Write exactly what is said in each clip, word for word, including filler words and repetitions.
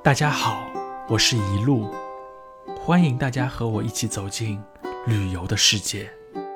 大家好，我是一路，欢迎大家和我一起走进旅游的世界。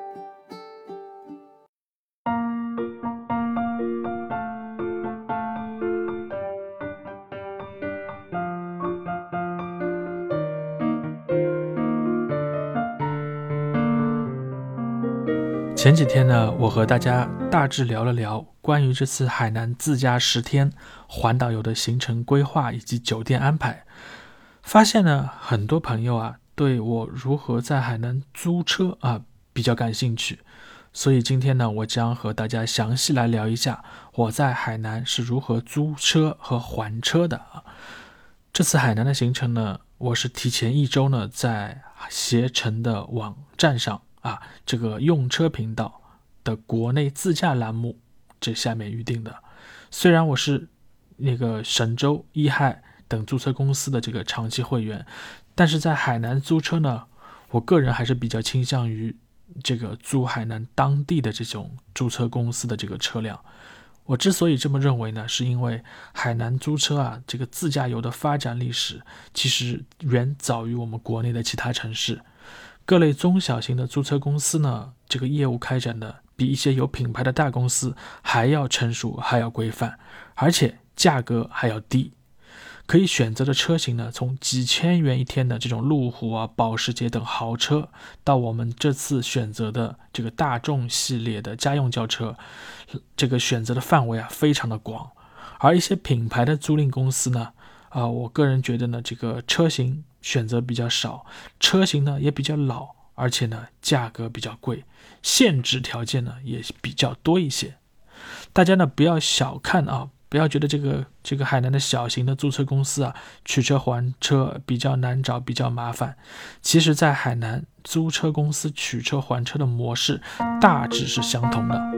前几天呢，我和大家大致聊了聊关于这次海南自驾十天环岛游的行程规划以及酒店安排，发现呢，很多朋友啊对我如何在海南租车啊比较感兴趣，所以今天呢，我将和大家详细来聊一下我在海南是如何租车和还车的啊。这次海南的行程呢，我是提前一周呢在携程的网站上啊，这个用车频道的国内自驾栏目这下面预定的。虽然我是那个神州、一嗨等租车公司的这个长期会员，但是在海南租车呢，我个人还是比较倾向于这个租海南当地的这种租车公司的这个车辆。我之所以这么认为呢，是因为海南租车啊，这个自驾游的发展历史其实远早于我们国内的其他城市。各类中小型的租车公司呢，这个业务开展的比一些有品牌的大公司还要成熟，还要规范，而且价格还要低。可以选择的车型呢，从几千元一天的这种路虎啊、保时捷等豪车，到我们这次选择的这个大众系列的家用轿车，这个选择的范围啊非常的广。而一些品牌的租赁公司呢，啊、呃，我个人觉得呢，这个车型选择比较少，车型呢也比较老，而且呢价格比较贵，限制条件呢也比较多一些。大家呢不要小看啊。不要觉得这个这个海南的小型的租车公司啊，取车还车比较难找，比较麻烦。其实，在海南租车公司取车还车的模式大致是相同的。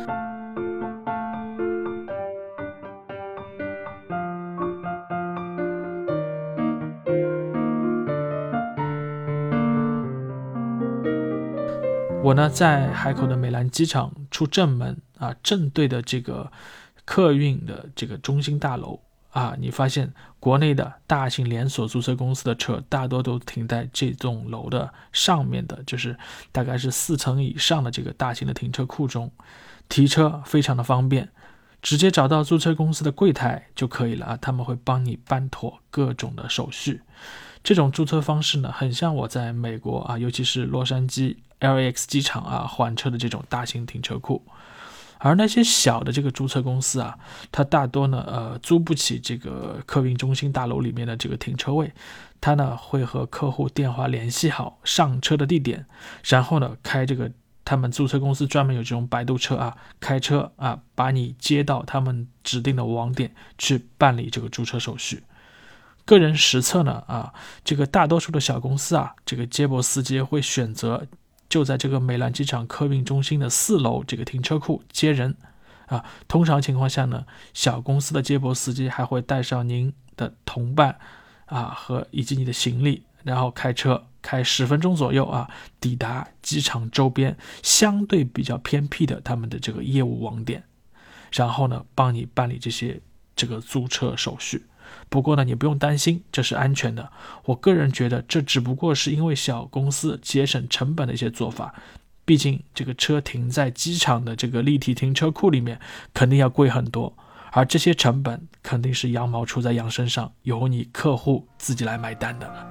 我呢，在海口的美兰机场出正门啊，正对的这个客运的这个中心大楼啊，你发现国内的大型连锁租车公司的车大多都停在这栋楼的上面的，就是大概是四层以上的这个大型的停车库中，提车非常的方便，直接找到租车公司的柜台就可以了啊，他们会帮你办妥各种的手续。这种注册方式呢，很像我在美国啊，尤其是洛杉矶 L A X 机场啊还车的这种大型停车库。而那些小的这个注册公司啊，它大多呢，呃，租不起这个客运中心大楼里面的这个停车位，它呢会和客户电话联系好上车的地点，然后呢开这个他们注册公司专门有这种摆渡车啊，开车啊把你接到他们指定的网点去办理这个注册手续。个人实测呢，啊，这个大多数的小公司啊，这个接驳司机会选择就在这个美兰机场客运中心的四楼这个停车库接人啊。通常情况下呢，小公司的接驳司机还会带上您的同伴啊和以及你的行李，然后开车开十分钟左右啊，抵达机场周边相对比较偏僻的他们的这个业务网点，然后呢帮你办理这些这个租车手续。不过呢，你不用担心，这是安全的。我个人觉得这只不过是因为小公司节省成本的一些做法，毕竟这个车停在机场的这个立体停车库里面肯定要贵很多，而这些成本肯定是羊毛出在羊身上，由你客户自己来买单的。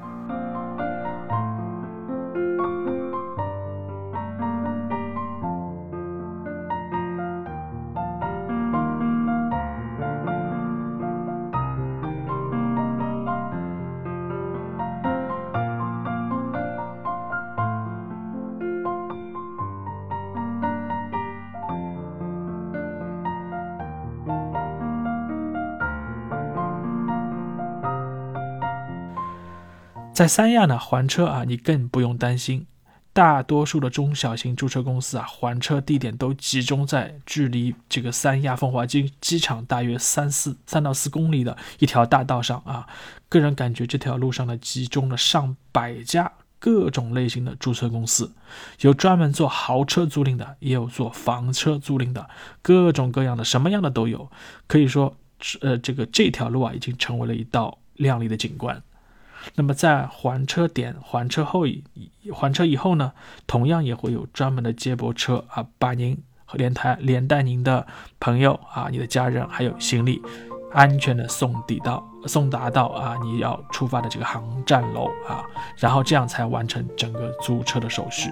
在三亚呢还车啊，你更不用担心，大多数的中小型注册公司啊，还车地点都集中在距离这个三亚凤华机机场大约三四三到四公里的一条大道上啊。个人感觉这条路上呢，集中了上百家各种类型的注册公司，有专门做豪车租赁的，也有做房车租赁的，各种各样的，什么样的都有。可以说，呃，这个这条路啊，已经成为了一道亮丽的景观。那么在还车点还车后还车以后呢，同样也会有专门的接驳车啊，把您和连带连带您的朋友啊、你的家人还有行李安全的送抵到送达到啊你要出发的这个航站楼啊，然后这样才完成整个租车的手续。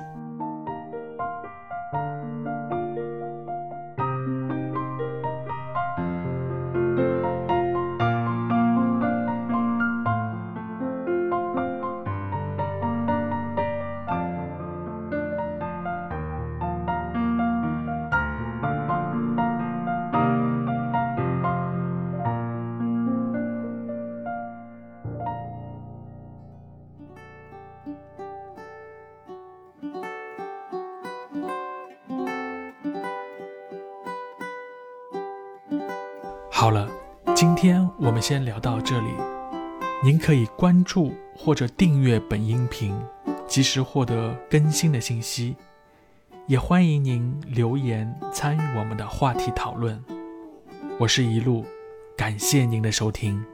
好了，今天我们先聊到这里。您可以关注或者订阅本音频，及时获得更新的信息。也欢迎您留言参与我们的话题讨论。我是一路，感谢您的收听。